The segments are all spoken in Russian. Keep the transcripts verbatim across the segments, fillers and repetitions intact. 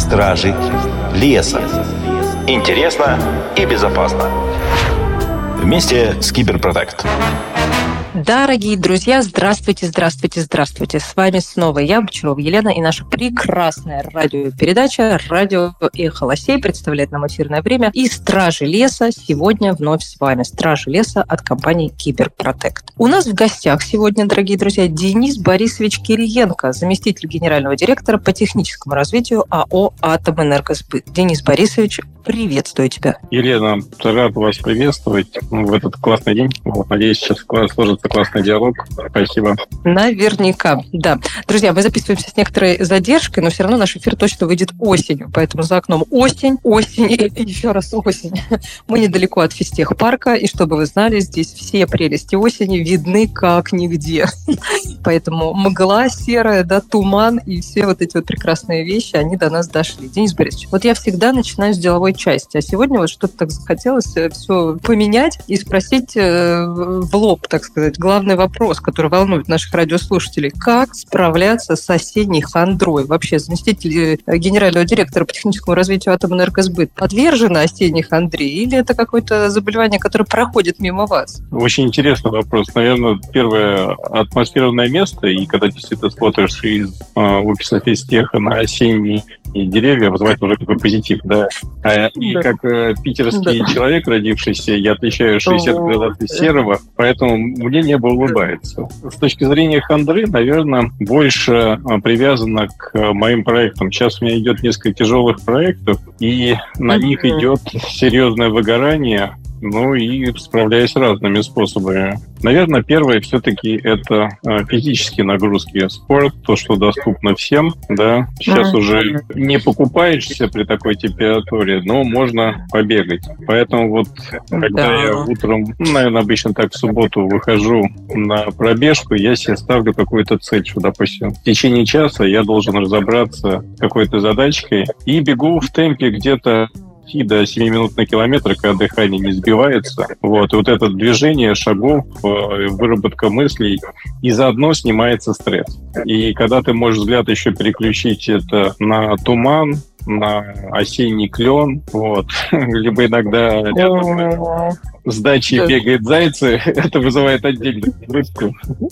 Стражи леса. Интересно и безопасно. Вместе с Киберпротект. Дорогие друзья, здравствуйте, здравствуйте, здравствуйте. С вами снова я, Бочарова Елена, и наша прекрасная радиопередача «Радио Эхо Лосей» представляет нам эфирное время. И «Стражи леса» сегодня вновь с вами. «Стражи леса» от компании Киберпротект. У нас в гостях сегодня, дорогие друзья, Денис Борисович Кириенко, заместитель генерального директора по техническому развитию АО «Атомэнергосбыт». Денис Борисович, приветствую тебя. Елена, рад вас приветствовать в этот классный день. Вот, надеюсь, сейчас сложится классный диалог. Спасибо. Наверняка, да. Друзья, мы записываемся с некоторой задержкой, но все равно наш эфир точно выйдет осенью, поэтому за окном осень, осень и еще раз осень. Мы недалеко от физтехпарка, и чтобы вы знали, здесь все прелести осени видны как нигде. Поэтому мгла серая, да, туман и все вот эти вот прекрасные вещи, они до нас дошли. Денис Борисович, вот я всегда начинаю с деловой части, а сегодня вот что-то так захотелось все поменять и спросить в лоб, так сказать, главный вопрос, который волнует наших радиослушателей. Как справляться с осенней хандрой? Вообще, заместитель генерального директора по техническому развитию Атомэнергосбыт подвержена осенней хандре или это какое-то заболевание, которое проходит мимо вас? Очень интересный вопрос. Наверное, первое, атмосферное место, и когда действительно смотришь из э, офиса физтеха на осенние деревья, вызывает уже такой позитив, да. А, и да. как э, питерский да. человек, родившийся, я отличаю шестьдесят градусов серого, поэтому мне небо улыбается. С точки зрения хандры, наверное, больше привязано к моим проектам. Сейчас у меня идет несколько тяжелых проектов, и на них идет серьезное выгорание. Ну и справляюсь разными способами. Наверное, первое все-таки это физические нагрузки. Спорт, то, что доступно всем, да. Сейчас mm-hmm. уже не покупаешься при такой температуре, но можно побегать. Поэтому вот, когда yeah. я утром, ну, наверное, обычно так в субботу выхожу на пробежку, я себе ставлю какую-то цель, что, допустим, в течение часа я должен разобраться с какой-то задачкой и бегу в темпе где-то и до семи минут на километр, когда дыхание не сбивается. Вот. И вот это движение шагов, выработка мыслей, и заодно снимается стресс. И когда ты можешь взгляд еще переключить это на туман, на осенний клен, вот, либо иногда рядом с дачей бегает зайцы, это вызывает отдельную улыбку.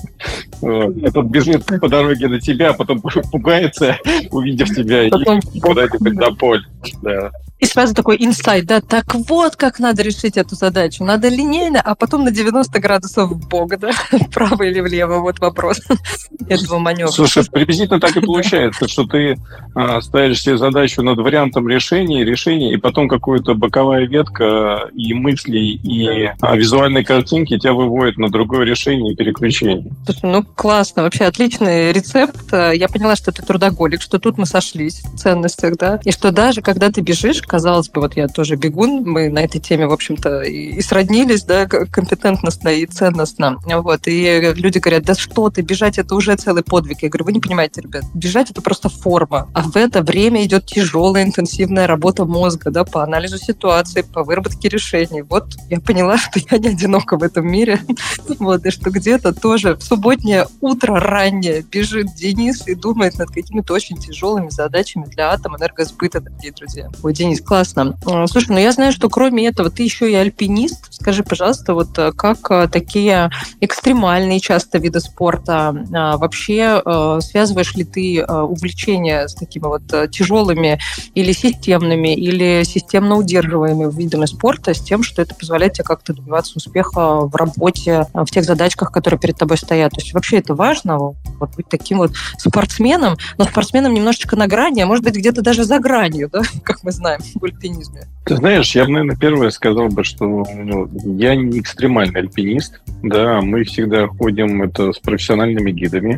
Вот. Этот бежит по дороге на тебя, а потом пугается, увидев тебя, потом и куда-нибудь на поле. Да. И сразу такой инсайт, да, так вот как надо решить эту задачу. Надо линейно, а потом на девяносто градусов в бок, да, вправо или влево, вот вопрос этого маневра. Слушай, приблизительно так и получается, что ты а, ставишь себе задачу над вариантом решения, решения, и потом какая-то боковая ветка и мыслей, и а, визуальной картинки тебя выводят на другое решение и переключение. Слушай, ну классно, вообще отличный рецепт. Я поняла, что ты трудоголик, что тут мы сошлись в ценностях, да, и что даже когда ты бежишь, казалось бы, вот я тоже бегун, мы на этой теме, в общем-то, и, и сроднились, да, компетентностно и ценностно. Вот, и люди говорят, да что ты, бежать это уже целый подвиг. Я говорю, вы не понимаете, ребят, бежать это просто форма. А в это время идет тяжелая, интенсивная работа мозга, да, по анализу ситуации, по выработке решений. Вот я поняла, что я не одинока в этом мире. Вот, и что где-то тоже в субботнее утро раннее бежит Денис и думает над какими-то очень тяжелыми задачами для Атомэнергосбыта, дорогие друзья. Ой, Денис, классно. Слушай, ну я знаю, что кроме этого ты еще и альпинист. Скажи, пожалуйста, вот как такие экстремальные часто виды спорта вообще связываешь ли ты увлечение с такими вот тяжелыми или системными, или системно удерживаемыми видами спорта с тем, что это позволяет тебе как-то добиваться успеха в работе, в тех задачках, которые перед тобой стоят. То есть вообще это важно, вот быть таким вот спортсменом, но спортсменом немножечко на грани, а может быть где-то даже за гранью, да, как мы знаем в альпинизме. Ты знаешь, я бы, наверное, первое сказал бы, что ну, я не экстремальный альпинист, да, мы всегда ходим это с профессиональными гидами,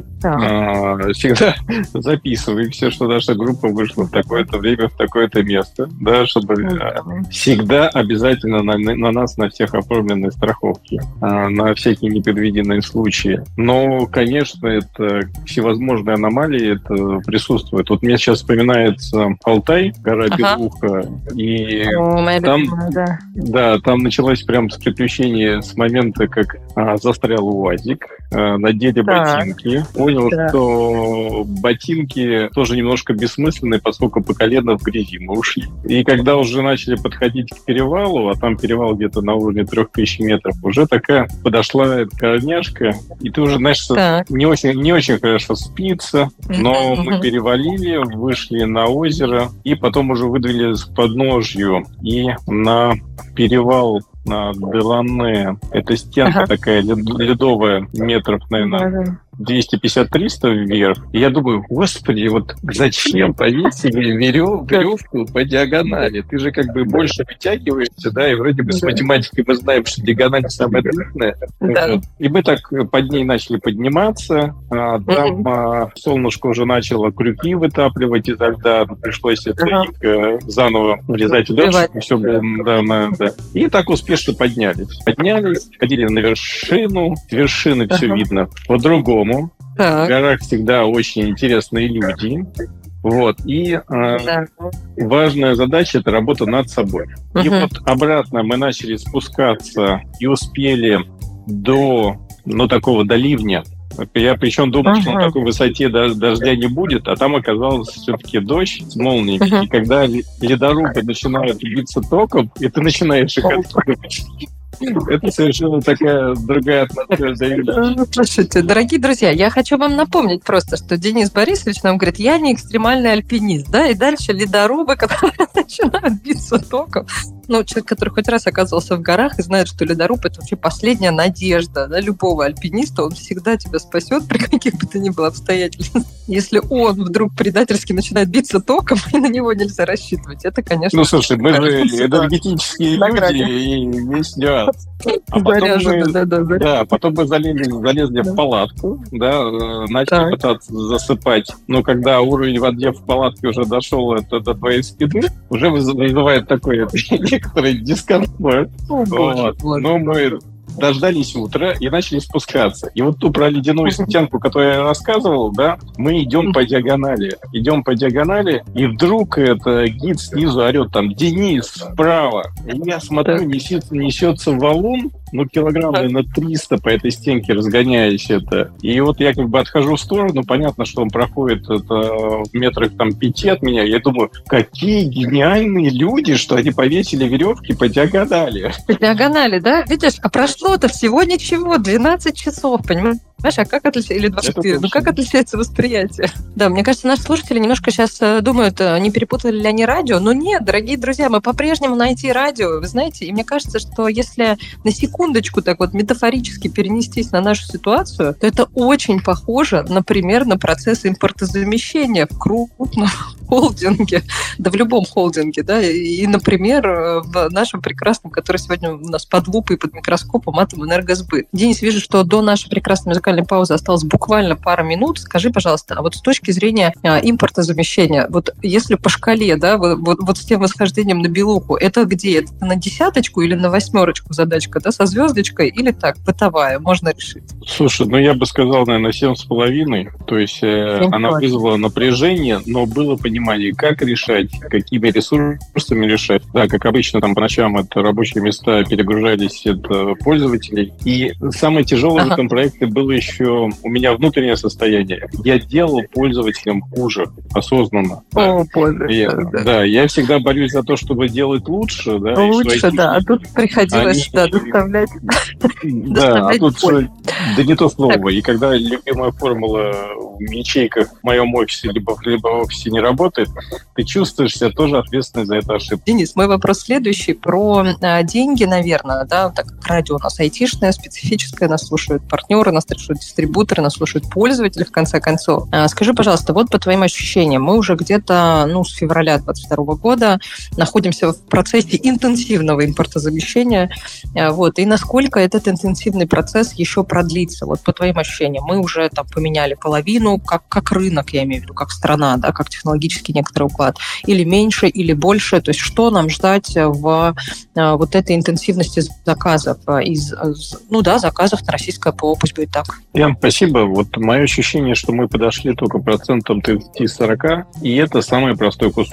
а, всегда записываем все, что наша группа вышла в такое-то время, в такое-то место, да, чтобы mm-hmm. всегда обязательно на, на нас, на всех оформлены страховки, а, на всякие непредвиденные случаи. Но, конечно, это всевозможные аномалии, это присутствует. Вот мне сейчас вспоминается Алтай, гора ага. Белуха, И О, моя там, любимая, да. да, там началось прям приключение с момента, как а, застрял УАЗик, а, надели Так. ботинки, понял, Да. что ботинки тоже немножко бессмысленные, поскольку по колено в грязи мы ушли. И когда уже начали подходить к перевалу, а там перевал где-то на уровне трех тысяч метров, уже такая подошла коняшка, и ты уже, знаешь, Так. не очень, не очень хорошо спится, но Мгм, мы мгм. перевалили, вышли на озеро, и потом уже выдвинулись к подножью, и на перевал на Делане. Это стенка Ага. такая лед- ледовая, метров, наверное, Да-да. двести пятьдесят - триста вверх. И я думаю, господи, вот зачем повесили верев- веревку по диагонали? Ты же как бы больше вытягиваешься, да, и вроде бы с Да. математикой мы знаем, что диагональ самая длинная. Да. Вот. И мы так под ней начали подниматься. А, там Мгм. а, солнышко уже начало крюки вытапливать изо льда. Пришлось это Ага. их, э, заново влезать в лед, Вбивать. чтобы все было, да, на- да. И так успешно поднялись. Поднялись, ходили на вершину. С вершины все Ага. видно по-другому. В Так. горах всегда очень интересные люди. Вот. И э, Да. важная задача – это работа над собой. И Мгм. вот обратно мы начали спускаться и успели до, ну, такого до ливня. Я причем думал, что на Ага. такой высоте дож- дождя не будет, а там оказался все-таки дождь с молнией. Мгм. И когда ле- ледорубы начинают биться током, и ты начинаешь их открывать, это совершенно такая другая атмосфера доверия. Ну, слушайте, дорогие друзья, я хочу вам напомнить просто, что Денис Борисович нам говорит, я не экстремальный альпинист, да, и дальше ледорубы, которые начинают биться током. Ну, человек, который хоть раз оказывался в горах и знает, что ледоруб – это вообще последняя надежда, да, любого альпиниста, он всегда тебя спасет при каких бы то ни было обстоятельствах. Если он вдруг предательски начинает биться током, и на него нельзя рассчитывать, это, конечно... Ну, слушай, мы же ситуация. энергетические На люди, грани. и есть нюанс. А потом Заряжены, мы, да, да, заряжены. да, потом мы залезли, залезли Да. в палатку, да, э, начали Так. пытаться засыпать. Но когда уровень воды в палатке уже дошел это до твоей спины, уже выз- вызывает такой некоторый дискомфорт. О, боже, Вот. боже. Но мы дождались утра и начали спускаться. И вот ту про ледяную стенку, которую я рассказывал, да, мы идем по диагонали. Идем по диагонали, и вдруг это гид снизу орет там: «Денис, вправо!» И я смотрю, Так. несется, несется валун, ну, килограмм, наверное, триста по этой стенке, разгоняясь это. И вот я как бы отхожу в сторону, понятно, что он проходит это в метрах там пяти от меня. Я думаю, какие гениальные люди, что они повесили веревки по диагонали. По диагонали, да? Видишь, а прошло-то всего ничего, двенадцать часов, понимаешь? А как отличается, или двадцать четыре, Это ну точно. как отличается восприятие? Да, мне кажется, наши слушатели немножко сейчас э, думают, э, не перепутали ли они радио, но нет, дорогие друзья, мы по-прежнему на ай ти-радио, вы знаете, и мне кажется, что если на секундочку так вот метафорически перенестись на нашу ситуацию, то это очень похоже, например, на процесс импортозамещения в крупном холдинге, да в любом холдинге, да, и, например, в нашем прекрасном, который сегодня у нас под лупой и под микроскопом, Атомэнергосбыт. Денис, вижу, что до нашей прекрасной музыкальной паузы осталось буквально пара минут. Скажи, пожалуйста, а вот с точки зрения а, импортозамещения, вот если по шкале, да, вот, вот, вот с тем восхождением на белуху, это где? Это на десяточку или на восьмерочку задачка, да, со звездочкой, или так, бытовая, можно решить? Слушай, ну я бы сказал, наверное, семь с половиной. То есть э, Семь с она половиной. вызвала напряжение, но было понимание, как решать, какими ресурсами решать. Да, как обычно, там по ночам это рабочие места перегружались от э, пользователей. И самое тяжелое Ага. в этом проекте было еще у меня внутреннее состояние. Я делал пользователям хуже, осознанно. Да. О, боже. Я- да, я всегда борюсь за то, чтобы делать лучше. Да, и Лучше, что да, а эти- тут приходилось, они- да, доставлять. Да, а доставлять тут боль. что- да не то слово. И когда любимая формула в ячейках в моем офисе либо, либо в офисе не работает, ты чувствуешь себя тоже ответственной за эту ошибку. Денис, мой вопрос следующий про а, деньги, наверное, да, так как радио у нас айтишное, специфическое, нас слушают партнеры, нас слушают дистрибуторы, нас слушают пользователи, в конце концов. А, скажи, пожалуйста, вот по твоим ощущениям, мы уже где-то, ну, с февраля двадцать второго года находимся в процессе интенсивного импортозамещения, а, вот, и насколько этот интенсивный процесс еще продлится, вот по твоим ощущениям, мы уже там поменяли половину, как, как рынок, я имею в виду, как страна, да, как технологический некоторый уклад, или меньше, или больше, то есть что нам ждать в а, вот этой интенсивности заказов, а, из, из, ну да, заказов на российское ПО, пусть будет так. Ян, спасибо. Вот мое ощущение, что мы подошли только процентом тридцать-сорок, и это самый простой кусок.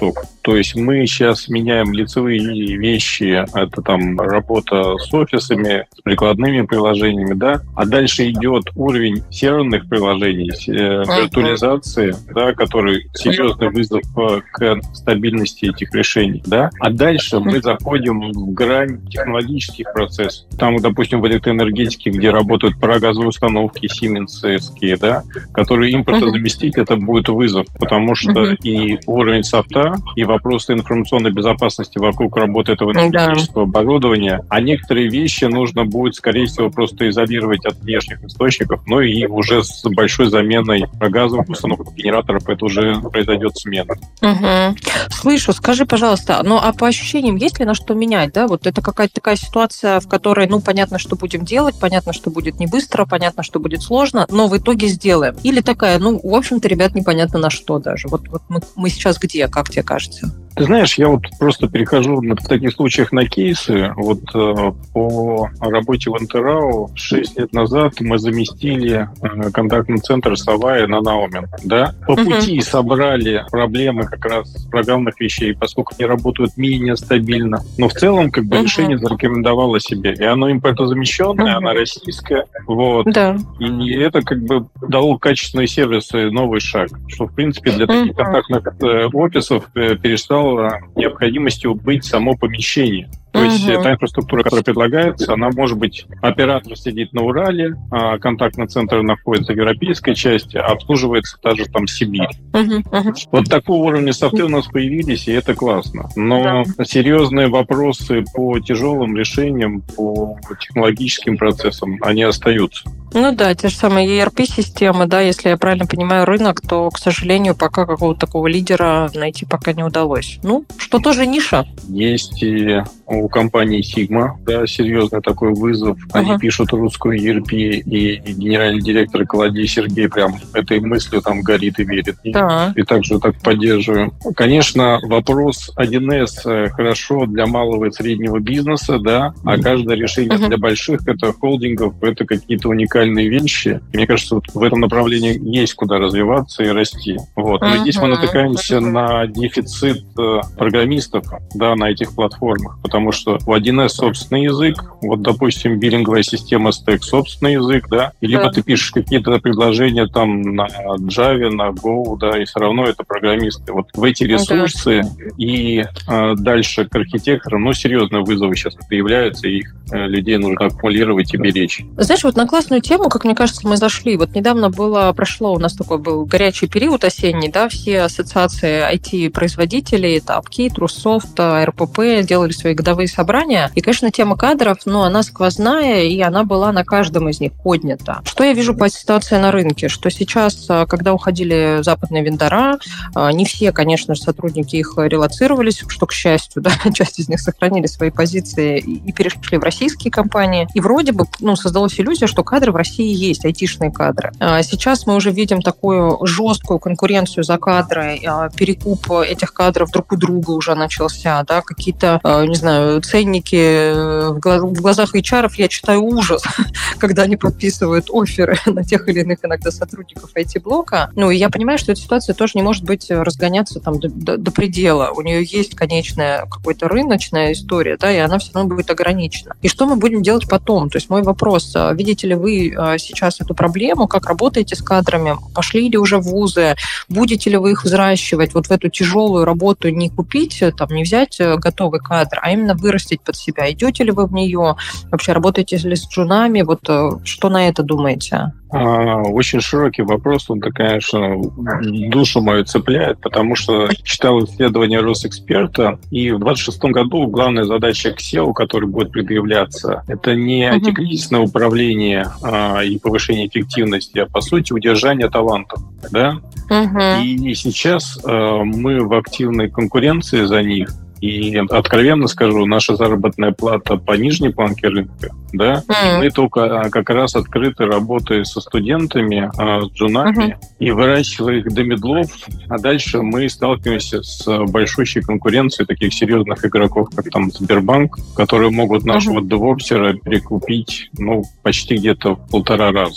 То есть мы сейчас меняем лицевые вещи, это там работа с офисами, с прикладными приложениями, да, а дальше идет уровень серверных приложений, виртуализации, да, который серьезный вызов к стабильности этих решений, да, а дальше мы заходим в грань технологических процессов. Там, допустим, в электроэнергетике, где работают парогазовые установки сименсовские, да, которые импортозаместить, это будет вызов, потому что и уровень софта, и вопросы информационной безопасности вокруг работы этого энергетического да. оборудования, а некоторые вещи нужно будет, скорее всего, просто изолировать от внешних источников, но и уже с большой заменой газовых установок, генераторов, это уже произойдет смена. Угу. Слышу, скажи, пожалуйста, ну а по ощущениям есть ли на что менять, да? Вот это какая-то такая ситуация, в которой, ну, понятно, что будем делать, понятно, что будет не быстро, понятно, что будет сложно, но в итоге сделаем. Или такая, ну, в общем-то, ребят, непонятно на что даже. Вот, вот мы, мы сейчас где, как тебе кажется? Ты знаешь, я вот просто перехожу в таких случаях на кейсы. Вот э, по работе в Интерау шесть лет назад мы заместили э, контактный центр Савая на Наумен. Да? По uh-huh. пути собрали проблемы как раз программных вещей, поскольку они работают менее стабильно. Но в целом как бы uh-huh. решение зарекомендовало себе. И оно импортозамещенное, uh-huh. оно российское. Вот. Да. И это как бы дало качественные сервисы новый шаг. Что, в принципе, для таких uh-huh. контактных э, офисов э, перестал необходимостью быть само помещение. То uh-huh. есть та инфраструктура, которая предлагается, она может быть, оператор сидит на Урале, а контактный центр находится в европейской части, а обслуживается даже там Сибирь. Uh-huh. Uh-huh. Вот такого уровня софты у нас появились, и это классно. Но да. серьезные вопросы по тяжелым решениям, по технологическим процессам, они остаются. Ну да, те же самые и эр пи-системы, да, если я правильно понимаю рынок, то, к сожалению, пока какого-то такого лидера найти пока не удалось. Ну, что тоже ниша. Есть и у компании Sigma, да, серьезный такой вызов. Uh-huh. Они пишут русскую и эр пи, и генеральный директор Колодей Сергей прям этой мыслью там горит и верит. Uh-huh. И, и также так поддерживаем. Конечно, вопрос один эс хорошо для малого и среднего бизнеса, да, а каждое решение uh-huh. для больших, это холдингов, это какие-то уникальные вещи. И мне кажется, вот в этом направлении есть куда развиваться и расти. Вот. Но uh-huh. здесь мы натыкаемся uh-huh. на дефицит программистов, да, на этих платформах, потому что у один эс собственный язык, вот, допустим, биллинговая система Stack собственный язык, да, и либо yeah. ты пишешь какие-то предложения там на Java, на Go, да, и все равно это программисты. Вот в эти ресурсы okay. и э, дальше к архитекторам, ну, серьезные вызовы сейчас появляются, и их э, людей нужно аккумулировать и беречь. Знаешь, вот на классную тему, как мне кажется, мы зашли. Вот недавно было, прошло у нас такой был горячий период осенний, да, все ассоциации ай ти-производителей, это Upkey, Trusoft, эр пи пи делали свои годовые собрания. И, конечно, тема кадров, ну, она сквозная, и она была на каждом из них поднята. Что я вижу по ситуации на рынке? Что сейчас, когда уходили западные вендора, не все, конечно же, сотрудники их релоцировались, что, к счастью, да, часть из них сохранили свои позиции и перешли в российские компании. И вроде бы, ну, создалась иллюзия, что кадры в России есть, айтишные кадры. Сейчас мы уже видим такую жесткую конкуренцию за кадры, перекуп этих кадров друг у друга уже начался, да, какие-то, не знаю, ценники в глазах эйч ар я читаю ужас, когда они подписывают офферы на тех или иных иногда сотрудников ай ти-блока. Ну, и я понимаю, что эта ситуация тоже не может быть разгоняться там до, до, до предела. У нее есть конечная какая-то рыночная история, да, и она все равно будет ограничена. И что мы будем делать потом? То есть мой вопрос, видите ли вы сейчас эту проблему, как работаете с кадрами, пошли ли уже в вузы, будете ли вы их взращивать, вот в эту тяжелую работу не купить, там, не взять готовый кадр, а именно вырастить под себя. Идете ли вы в нее? Вообще работаете ли с джунами? Вот что на это думаете? Очень широкий вопрос, он, конечно, душу мою цепляет, потому что читал исследование Росэксперта, и в двадцать шестом году главная задача к сео, который будет предъявляться, это не uh-huh. антикризисное управление а, и повышение эффективности, а, по сути, удержание талантов. Да? Uh-huh. И сейчас а, мы в активной конкуренции за них. И откровенно скажу, наша заработная плата по нижней планке рынка, да, mm. мы только как раз открыты работой со студентами, с джунами, mm-hmm. и выращивая их до медлов, а дальше мы сталкиваемся с большущей конкуренцией таких серьезных игроков, как там Сбербанк, которые могут нашего mm-hmm. девопсера перекупить, ну, почти где-то в полтора раза.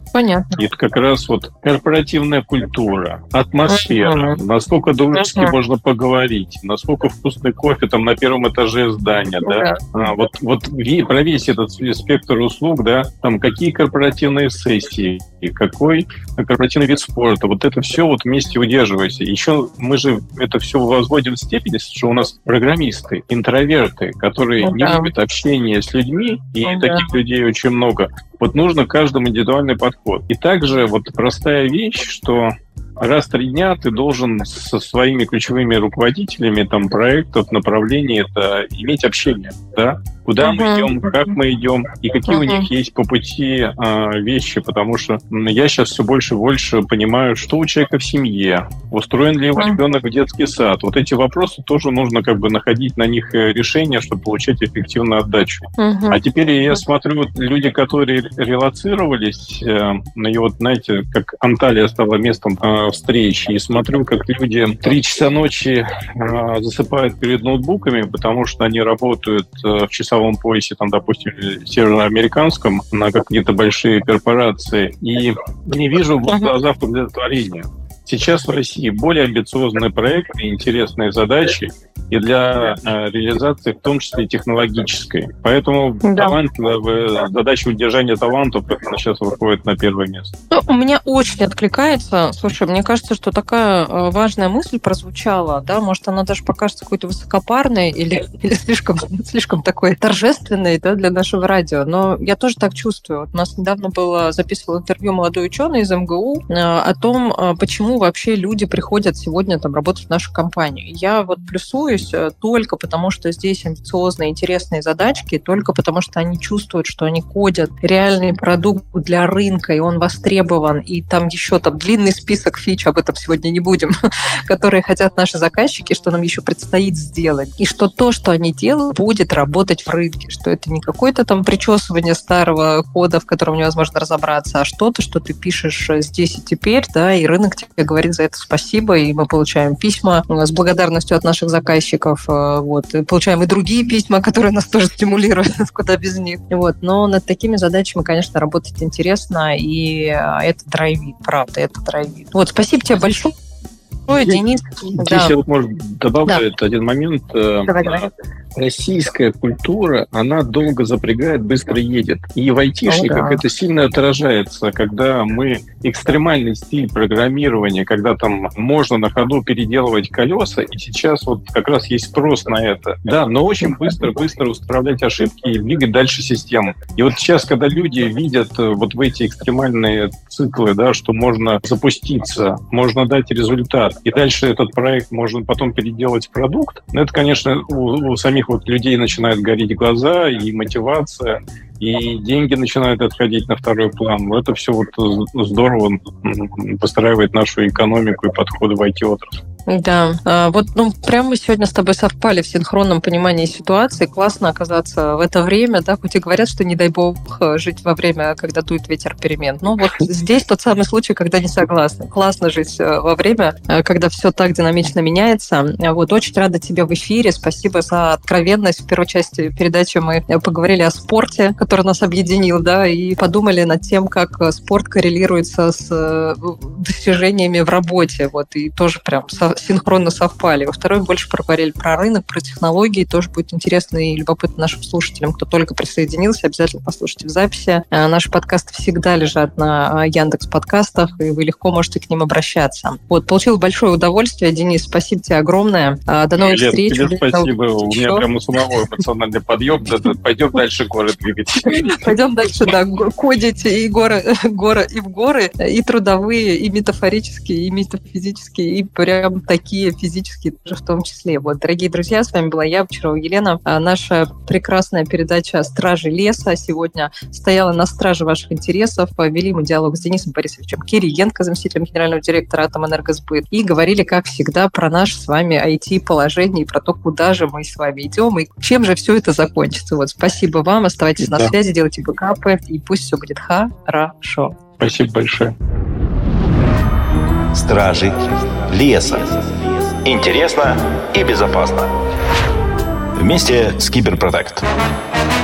Понятно. И это как раз вот корпоративная культура, атмосфера, uh-huh. насколько дружески uh-huh. можно поговорить, насколько вкусный кофе там на первом этаже здания, uh-huh. да. А, вот, вот про весь этот спектр услуг, да, там какие корпоративные сессии, и какой корпоративный вид спорта, вот это все вот вместе удерживайся. Еще мы же это все возводим в степени, что у нас программисты, интроверты, которые uh-huh. не любят общение с людьми, и uh-huh. таких людей очень много. Вот нужно каждому индивидуальный подход. И также вот простая вещь, что раз в три дня ты должен со своими ключевыми руководителями там, проектов, направлений это иметь общение, да? Куда uh-huh. мы идем, как мы идем, и какие uh-huh. у них есть по пути а, вещи, потому что я сейчас все больше и больше понимаю, что у человека в семье, устроен ли его uh-huh. ребенок в детский сад. Вот эти вопросы тоже нужно как бы находить на них решения, чтобы получать эффективную отдачу. Uh-huh. А теперь я смотрю, вот люди, которые релоцировались, э, и вот, знаете, как Анталия стала местом э, встречи, и смотрю, как люди три часа ночи э, засыпают перед ноутбуками, потому что они работают э, в часовом поясе, там, допустим, североамериканском, на какие-то большие корпорации, и не вижу в глазах удовлетворения. Сейчас в России более амбициозные проекты, интересные задачи, и для э, реализации, в том числе технологической. Поэтому да. талант, задача удержания талантов сейчас выходит на первое место. Ну, у меня очень откликается. Слушай, мне кажется, что такая важная мысль прозвучала, да, может, она даже покажется какой-то высокопарной или, или слишком, слишком такой торжественной, да, для нашего радио. Но я тоже так чувствую. Вот у нас недавно было записывал интервью молодой ученый из эм гэ у э, о том, почему вообще люди приходят сегодня там работать в нашу компанию. Я вот плюсуюсь только потому, что здесь амбициозные, интересные задачки, только потому, что они чувствуют, что они кодят реальный продукт для рынка, и он востребован, и там еще там длинный список фич, об этом сегодня не будем, которые хотят наши заказчики, что нам еще предстоит сделать. И что то, что они делают, будет работать в рынке, что это не какое-то там причесывание старого кода, в котором невозможно разобраться, а что-то, что ты пишешь здесь и теперь, да, и рынок тебе говорит за это спасибо, и мы получаем письма с благодарностью от наших заказчиков, вот, и получаем и другие письма, которые нас тоже стимулируют, куда без них. Вот. Но над такими задачами, конечно, работать интересно, и это драйвит, правда, это драйвит. Вот, спасибо тебе большое. Ой, Денис. Здесь да. я вот, может, добавлю да. один момент. Давай, давай. Российская культура, она долго запрягает, быстро едет. И в айтишниках да. это сильно отражается, когда мы экстремальный стиль программирования, когда там можно на ходу переделывать колеса, и сейчас вот как раз есть спрос на это. Да, но очень быстро-быстро устранять ошибки и двигать дальше систему. И вот сейчас, когда люди видят вот в эти экстремальные циклы, да, что можно запуститься, можно дать результат, и дальше этот проект можно потом переделать в продукт, это, конечно, у, у самих вот людей начинают гореть глаза и мотивация, и деньги начинают отходить на второй план. Но это все вот здорово постраивает нашу экономику и подходы в ай ти-отрасль. Да, а, вот ну, прямо мы сегодня с тобой совпали в синхронном понимании ситуации. Классно оказаться в это время, да, хоть и говорят, что не дай бог жить во время, когда дует ветер перемен. Но вот здесь тот самый случай, когда не согласны. Классно жить во время, когда все так динамично меняется. Вот, очень рада тебе в эфире. Спасибо за откровенность. В первой части передачи мы поговорили о спорте, который нас объединил, да, и подумали над тем, как спорт коррелируется с достижениями в работе. Вот, и тоже прям синхронно совпали. Во второй больше проговорили про рынок, про технологии. Тоже будет интересно и любопытно нашим слушателям, кто только присоединился. Обязательно послушайте в записи. Наши подкасты всегда лежат на Яндекс.Подкастах, и вы легко можете к ним обращаться. Вот, получил большое удовольствие, Денис. Спасибо тебе огромное. До новых Лен, встреч. Тебе спасибо. У меня прямо самого эмоциональный подъем. Пойдем дальше горы двигать. Пойдем дальше, да, кодить и горы, горы, и в горы, и трудовые, и метафорические, и метафизические, и прям такие физические тоже в том числе. Вот, дорогие друзья, с вами была я, Бочарова Елена. Наша прекрасная передача «Стражи леса» сегодня стояла на страже ваших интересов. Вели мы диалог с Денисом Борисовичем Кириенко, заместителем генерального директора «Атомэнергосбыт», и говорили, как всегда, про наше с вами ай ти-положение и про то, куда же мы с вами идем, и чем же все это закончится. Вот, спасибо вам, оставайтесь да. на связи, делайте бэкапы, и пусть все будет хорошо. Спасибо большое. Стражи леса. Интересно и безопасно. Вместе с Киберпротект.